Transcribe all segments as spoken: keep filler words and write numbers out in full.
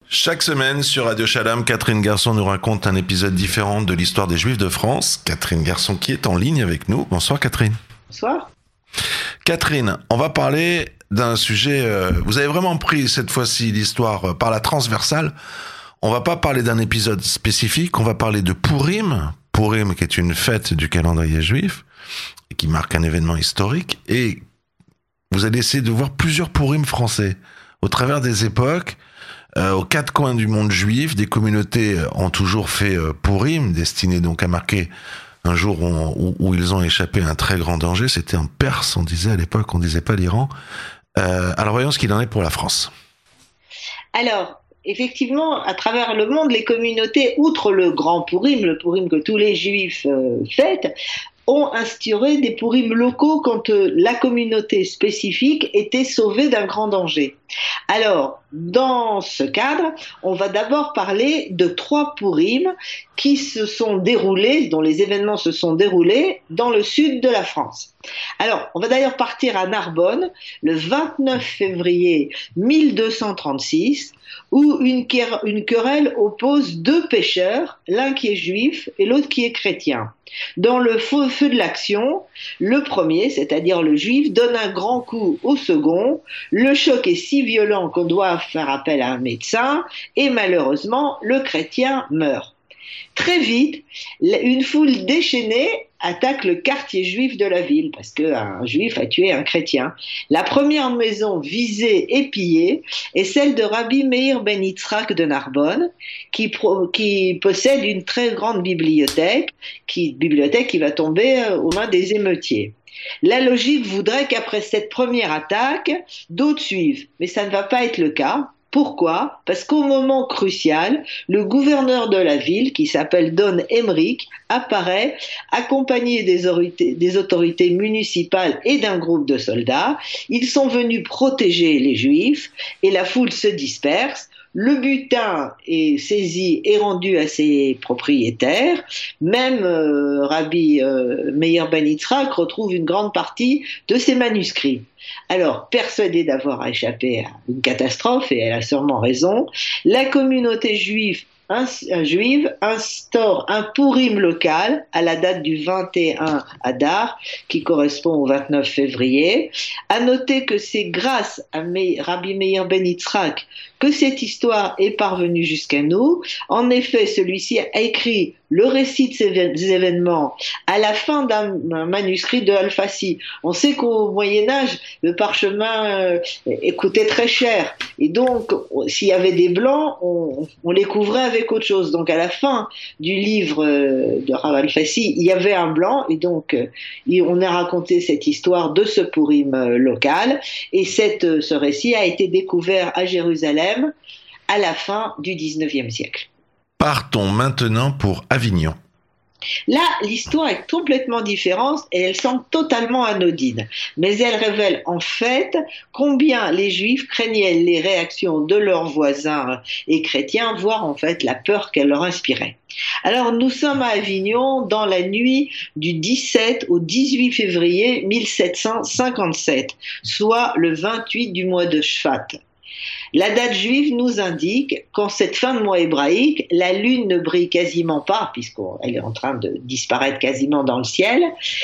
Chaque semaine sur Radio Shalom, Catherine Garçon nous raconte un épisode différent de l'histoire des Juifs de France. Catherine Garçon qui est en ligne avec nous. Bonsoir Catherine. Bonsoir. Catherine, on va parler d'un sujet, euh, vous avez vraiment pris cette fois-ci l'histoire euh, par la transversale. On va pas parler d'un épisode spécifique, on va parler de Pourim. Pourim qui est une fête du calendrier juif, et qui marque un événement historique. Et vous allez essayer de voir plusieurs Pourim français au travers des époques. Euh, aux quatre coins du monde juif, des communautés ont toujours fait euh, Pourim, destiné donc à marquer un jour où, où, où ils ont échappé à un très grand danger. C'était en Perse, on disait à l'époque, on disait pas l'Iran. Euh, alors voyons ce qu'il en est pour la France. Alors, effectivement, à travers le monde, les communautés, outre le grand Pourim, le Pourim que tous les juifs euh, fêtent, ont instauré des Pourim locaux quand euh, la communauté spécifique était sauvée d'un grand danger. Alors, dans ce cadre, on va d'abord parler de trois Pourim qui se sont déroulés, dont les événements se sont déroulés dans le sud de la France. Alors, on va d'ailleurs partir à Narbonne, le vingt-neuf février mille deux cent trente-six, où une, une querelle oppose deux pêcheurs, l'un qui est juif et l'autre qui est chrétien. Dans le feu, feu de l'action, le premier, c'est-à-dire le juif, donne un grand coup au second. Le choc est si violent qu'on doit faire appel à un médecin et malheureusement, le chrétien meurt. Très vite, une foule déchaînée attaque le quartier juif de la ville parce qu'un juif a tué un chrétien. La première maison visée et pillée est celle de Rabbi Meir ben Yitzhak de Narbonne qui, pro, qui possède une très grande bibliothèque qui, bibliothèque qui va tomber aux mains des émeutiers. La logique voudrait qu'après cette première attaque, d'autres suivent, mais ça ne va pas être le cas. Pourquoi ? Parce qu'au moment crucial, le gouverneur de la ville, qui s'appelle Don Emmerich, apparaît accompagné des autorités, des autorités municipales et d'un groupe de soldats. Ils sont venus protéger les Juifs et la foule se disperse. Le butin est saisi et rendu à ses propriétaires. Même euh, Rabbi euh, Meir ben Yitzhak retrouve une grande partie de ses manuscrits. Alors, persuadée d'avoir échappé à une catastrophe, et elle a sûrement raison, la communauté juive juive instaure un Pourim local à la date du vingt et un Adar, qui correspond au vingt-neuf février. À noter que c'est grâce à Rabbi Meir ben Yitzhak que cette histoire est parvenue jusqu'à nous. En effet, celui-ci a écrit le récit de ces événements à la fin d'un manuscrit de Al-Fassi. On sait qu'au Moyen-Âge, le parchemin euh, coûtait très cher. Et donc, s'il y avait des blancs, on, on les couvrait avec autre chose. Donc, à la fin du livre de Rav Al-Fassi, il y avait un blanc. Et donc, on a raconté cette histoire de ce Pourim local. Et cette, ce récit a été découvert à Jérusalem à la fin du dix-neuvième siècle. Partons maintenant pour Avignon. Là, l'histoire est complètement différente et elle semble totalement anodine. Mais elle révèle en fait combien les Juifs craignaient les réactions de leurs voisins et chrétiens, voire en fait la peur qu'elle leur inspirait. Alors nous sommes à Avignon dans la nuit du dix-sept au dix-huit février mille sept cent cinquante-sept, soit le vingt-huit du mois de Shvat. La date juive nous indique qu'en cette fin de mois hébraïque, la lune ne brille quasiment pas, puisqu'elle est en train de disparaître quasiment dans le ciel,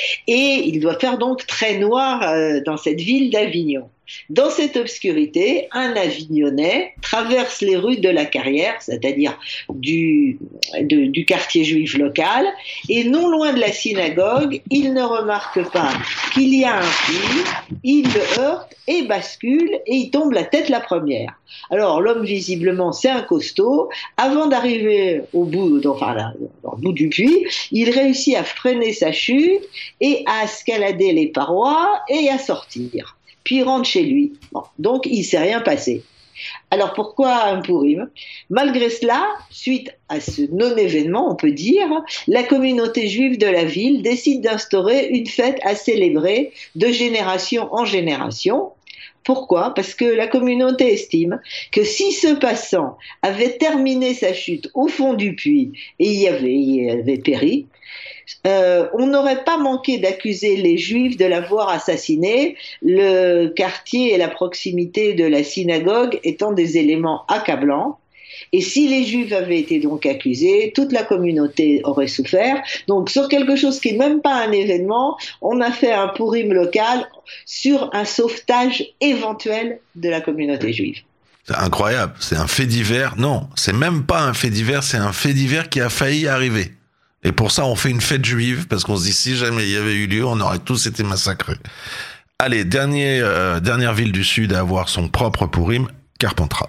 et il doit faire donc très noir dans cette ville d'Avignon. Dans cette obscurité, un Avignonnais traverse les rues de la Carrière, c'est-à-dire du, de, du quartier juif local, et non loin de la synagogue, il ne remarque pas qu'il y a un fil, il le heurte et bascule, et il tombe la tête la première. Alors l'homme visiblement c'est un costaud, avant d'arriver au bout, enfin là, au bout du puits, il réussit à freiner sa chute et à escalader les parois et à sortir. Puis il rentre chez lui. Bon, donc il ne s'est rien passé. Alors pourquoi un Pourim ? Malgré cela, suite à ce non-événement, on peut dire, la communauté juive de la ville décide d'instaurer une fête à célébrer de génération en génération. Pourquoi ? Parce que la communauté estime que si ce passant avait terminé sa chute au fond du puits et y avait, y avait péri, Euh, on n'aurait pas manqué d'accuser les Juifs de l'avoir assassiné, le quartier et la proximité de la synagogue étant des éléments accablants. Et si les Juifs avaient été donc accusés, toute la communauté aurait souffert. Donc sur quelque chose qui n'est même pas un événement, on a fait un Purim local sur un sauvetage éventuel de la communauté juive. C'est incroyable, c'est un fait divers. Non, c'est même pas un fait divers, c'est un fait divers qui a failli arriver. Et pour ça, on fait une fête juive, parce qu'on se dit, si jamais il y avait eu lieu, on aurait tous été massacrés. Allez, dernier, euh, dernière ville du Sud à avoir son propre Purim, Carpentras.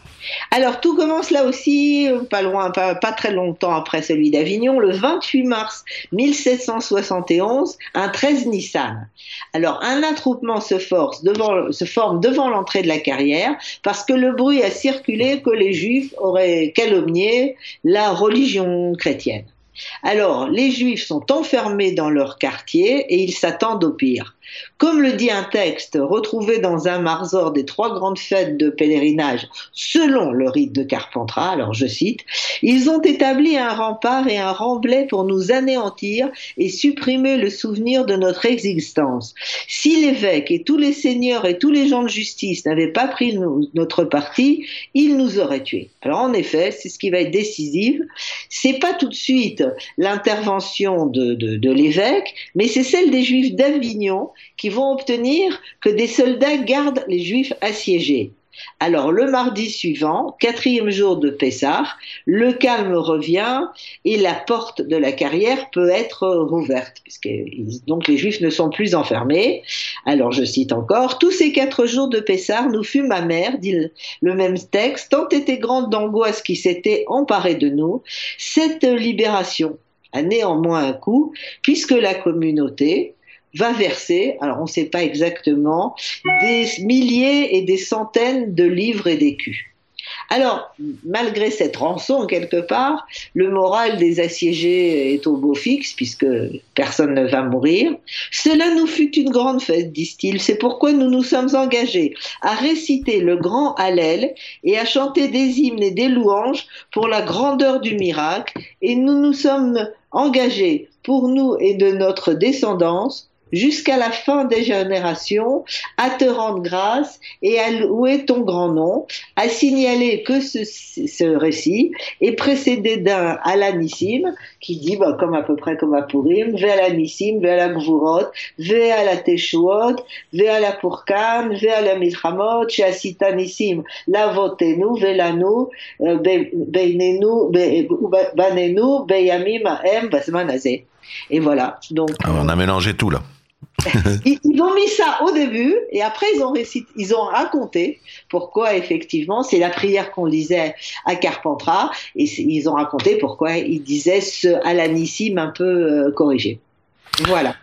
Alors tout commence là aussi, pas loin, pas, pas très longtemps après celui d'Avignon, le vingt-huit mars mille sept cent soixante et onze, un treize Nissan. Alors un attroupement se, force devant, se forme devant l'entrée de la carrière parce que le bruit a circulé que les Juifs auraient calomnié la religion chrétienne. Alors, les Juifs sont enfermés dans leur quartier et ils s'attendent au pire. Comme le dit un texte retrouvé dans un marzor des trois grandes fêtes de pèlerinage selon le rite de Carpentras, alors je cite, « Ils ont établi un rempart et un remblai pour nous anéantir et supprimer le souvenir de notre existence. Si l'évêque et tous les seigneurs et tous les gens de justice n'avaient pas pris notre parti, ils nous auraient tués. » Alors en effet, c'est ce qui va être décisif. C'est pas tout de suite l'intervention de, de, de l'évêque, mais c'est celle des Juifs d'Avignon qui vont obtenir que des soldats gardent les Juifs assiégés. Alors le mardi suivant, quatrième jour de Pessah, le calme revient et la porte de la carrière peut être rouverte, puisque donc les Juifs ne sont plus enfermés. Alors je cite encore, « Tous ces quatre jours de Pessah nous fûmes amers, dit le même texte, tant était grande d'angoisse qui s'était emparée de nous. Cette libération a néanmoins un coût, puisque la communauté va verser, alors on ne sait pas exactement, des milliers et des centaines de livres et d'écus. » Alors, malgré cette rançon, quelque part, le moral des assiégés est au beau fixe, puisque personne ne va mourir. « Cela nous fut une grande fête, disent-ils, c'est pourquoi nous nous sommes engagés à réciter le grand Hallel et à chanter des hymnes et des louanges pour la grandeur du miracle, et nous nous sommes engagés pour nous et de notre descendance, jusqu'à la fin des générations, à te rendre grâce et à louer ton grand nom, à signaler que ce, ce récit est précédé d'un Alanissim qui dit, bah, comme à peu près comme à Purim, Ve'alanissim, Ve'alagvurot, Ve'ala Teshuot, Ve'ala Purkan, Ve'ala Milchamot, She'asita Nissim, Lavotenu, Ve'lanu, Beinenu, Banenu, Beyamim, Ahem, Basman Azeh. Et voilà. Donc, ah, on a mélangé tout là. ils, ils ont mis ça au début et après ils ont, récité, ils ont raconté pourquoi effectivement c'est la prière qu'on lisait à Carpentras et ils ont raconté pourquoi ils disaient ce Alanissim un peu euh, corrigé. Voilà.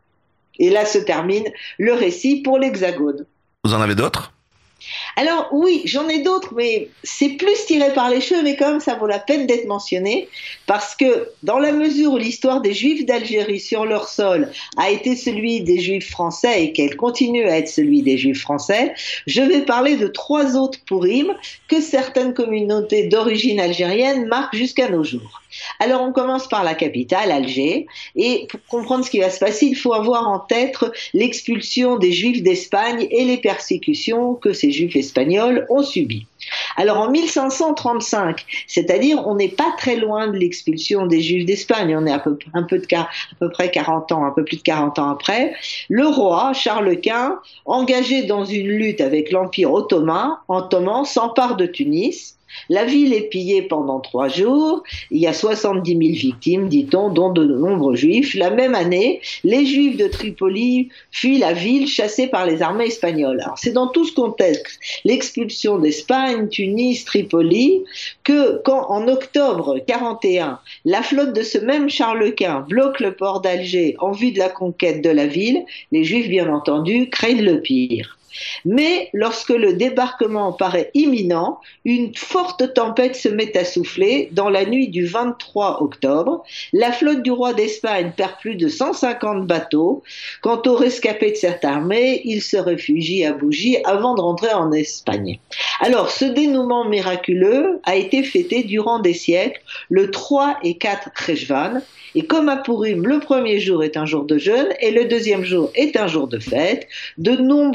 Et là se termine le récit pour l'Hexagone. Vous en avez d'autres ? Alors oui, j'en ai d'autres, mais c'est plus tiré par les cheveux, mais quand même ça vaut la peine d'être mentionné, parce que dans la mesure où l'histoire des Juifs d'Algérie sur leur sol a été celui des Juifs français et qu'elle continue à être celui des Juifs français, je vais parler de trois autres Purim que certaines communautés d'origine algérienne marquent jusqu'à nos jours. Alors on commence par la capitale, Alger, et pour comprendre ce qui va se passer, il faut avoir en tête l'expulsion des Juifs d'Espagne et les persécutions que ces Juifs espagnols ont subies. Alors en mille cinq cent trente-cinq, c'est-à-dire on n'est pas très loin de l'expulsion des Juifs d'Espagne, on est à peu, un peu de, à peu près quarante ans, un peu plus de quarante ans après, le roi Charles Quint, engagé dans une lutte avec l'Empire ottoman, ottoman s'empare de Tunis. La ville est pillée pendant trois jours, il y a soixante-dix mille victimes, dit-on, dont de nombreux juifs. La même année, les juifs de Tripoli fuient la ville chassés par les armées espagnoles. Alors c'est dans tout ce contexte, l'expulsion d'Espagne, Tunis, Tripoli, que quand en octobre quarante et un, la flotte de ce même Charles Quint bloque le port d'Alger en vue de la conquête de la ville, les juifs bien entendu craignent le pire. Mais lorsque le débarquement paraît imminent, une forte tempête se met à souffler dans la nuit du vingt-trois octobre. La flotte du roi d'Espagne perd plus de cent cinquante bateaux. Quant aux rescapés de cette armée, ils se réfugient à Bougie avant de rentrer en Espagne. Alors, ce dénouement miraculeux a été fêté durant des siècles, le trois et quatre Cheshvan. Et comme à Purim, le premier jour est un jour de jeûne et le deuxième jour est un jour de fête, de nombreux piyutim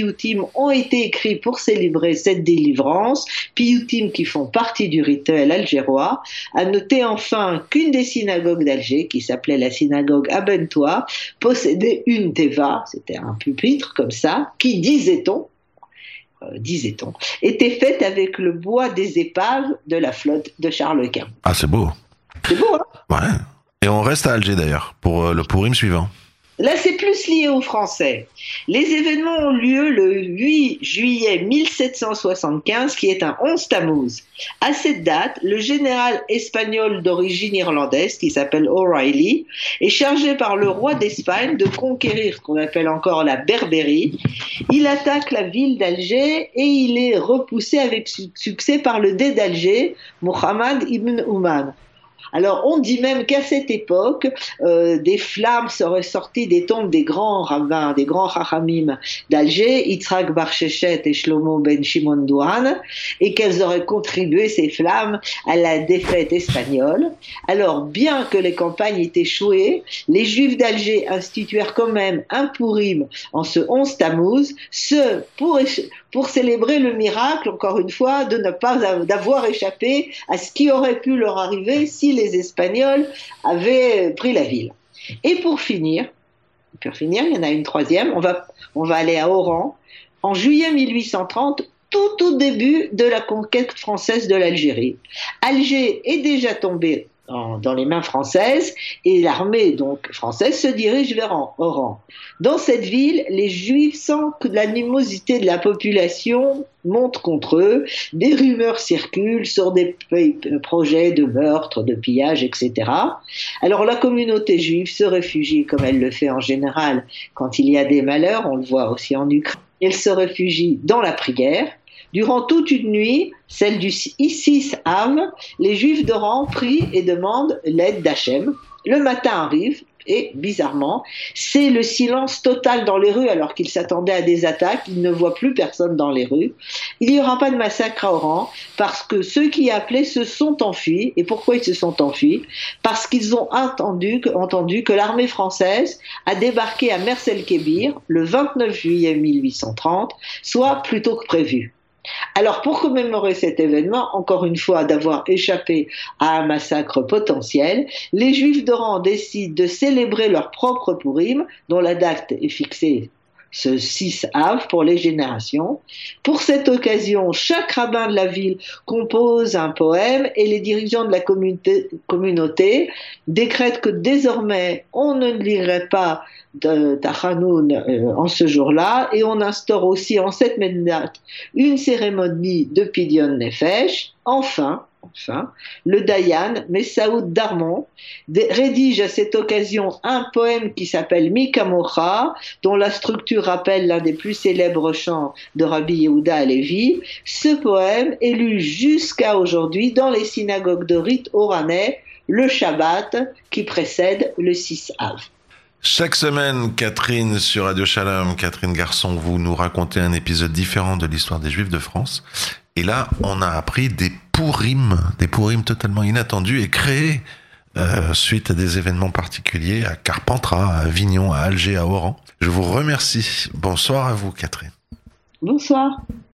piyutim ont été écrits pour célébrer cette délivrance, piyutim qui font partie du rituel algérois. À noter enfin qu'une des synagogues d'Alger, qui s'appelait la synagogue Abentois, possédait une teva, c'était un pupitre comme ça, qui, disait-on, euh, disait-on, était faite avec le bois des épaves de la flotte de Charles Quint. Ah, c'est beau. C'est beau, hein? Ouais. Et on reste à Alger d'ailleurs, pour euh, le Pourim suivant. Là, c'est plus lié aux Français. Les événements ont lieu le huit juillet mille sept cent soixante-quinze, qui est un onze Tammuz. À cette date, le général espagnol d'origine irlandaise, qui s'appelle O'Reilly, est chargé par le roi d'Espagne de conquérir ce qu'on appelle encore la Berbérie. Il attaque la ville d'Alger et il est repoussé avec succès par le dey d'Alger, Mohammed ibn Ouman. Alors, on dit même qu'à cette époque, euh, des flammes seraient sorties des tombes des grands rabbins, des grands chachamim d'Alger, Yitzhak bar Sheshet et Shlomo ben Shimon Douhan, et qu'elles auraient contribué, ces flammes, à la défaite espagnole. Alors, bien que les campagnes aient échoué, les Juifs d'Alger instituèrent quand même un Pourim en ce onze Tammuz, ce pour pour célébrer le miracle, encore une fois, de ne pas d'avoir échappé à ce qui aurait pu leur arriver si les Espagnols avaient pris la ville. Et pour finir, pour finir, il y en a une troisième, on va, on va aller à Oran. En juillet mille huit cent trente, tout au début de la conquête française de l'Algérie. Alger est déjà tombé dans les mains françaises et l'armée donc française se dirige vers Oran. Dans cette ville, les Juifs sentent que l'animosité de la population monte contre eux, des rumeurs circulent sur des projets de meurtre, de pillage, et cetera. Alors la communauté juive se réfugie, comme elle le fait en général quand il y a des malheurs, on le voit aussi en Ukraine, elle se réfugie dans la prière. Durant toute une nuit, celle du six Av, les Juifs d'Oran prient et demandent l'aide d'Hachem. Le matin arrive et, bizarrement, c'est le silence total dans les rues alors qu'ils s'attendaient à des attaques. Ils ne voient plus personne dans les rues. Il n'y aura pas de massacre à Oran parce que ceux qui appelaient se sont enfuis. Et pourquoi ils se sont enfuis? Parce qu'ils ont entendu, entendu que l'armée française a débarqué à Mers el-Kébir le vingt-neuf juillet mille huit cent trente, soit plus tôt que prévu. Alors, pour commémorer cet événement, encore une fois, d'avoir échappé à un massacre potentiel, les Juifs d'Oran décident de célébrer leur propre Pourim, dont la date est fixée ce six Av pour les générations. Pour cette occasion, chaque rabbin de la ville compose un poème et les dirigeants de la communauté, communauté décrètent que désormais on ne lirait pas de Tachanoun euh, en ce jour-là et on instaure aussi en cette même date une cérémonie de Pidyon Nefesh. Enfin, Enfin, le Dayan, Messaoud Darmon, rédige à cette occasion un poème qui s'appelle Mikamocha, dont la structure rappelle l'un des plus célèbres chants de Rabbi Yehuda Halevi. Ce poème est lu jusqu'à aujourd'hui dans les synagogues de rite oranais, le Shabbat qui précède le six Av. Chaque semaine, Catherine, sur Radio Shalom, Catherine Garçon, vous nous racontez un épisode différent de l'histoire des Juifs de France. Et là, on a appris des Pourim, des Pourim totalement inattendus et créés euh, suite à des événements particuliers à Carpentras, à Avignon, à Alger, à Oran. Je vous remercie. Bonsoir à vous, Catherine. Bonsoir.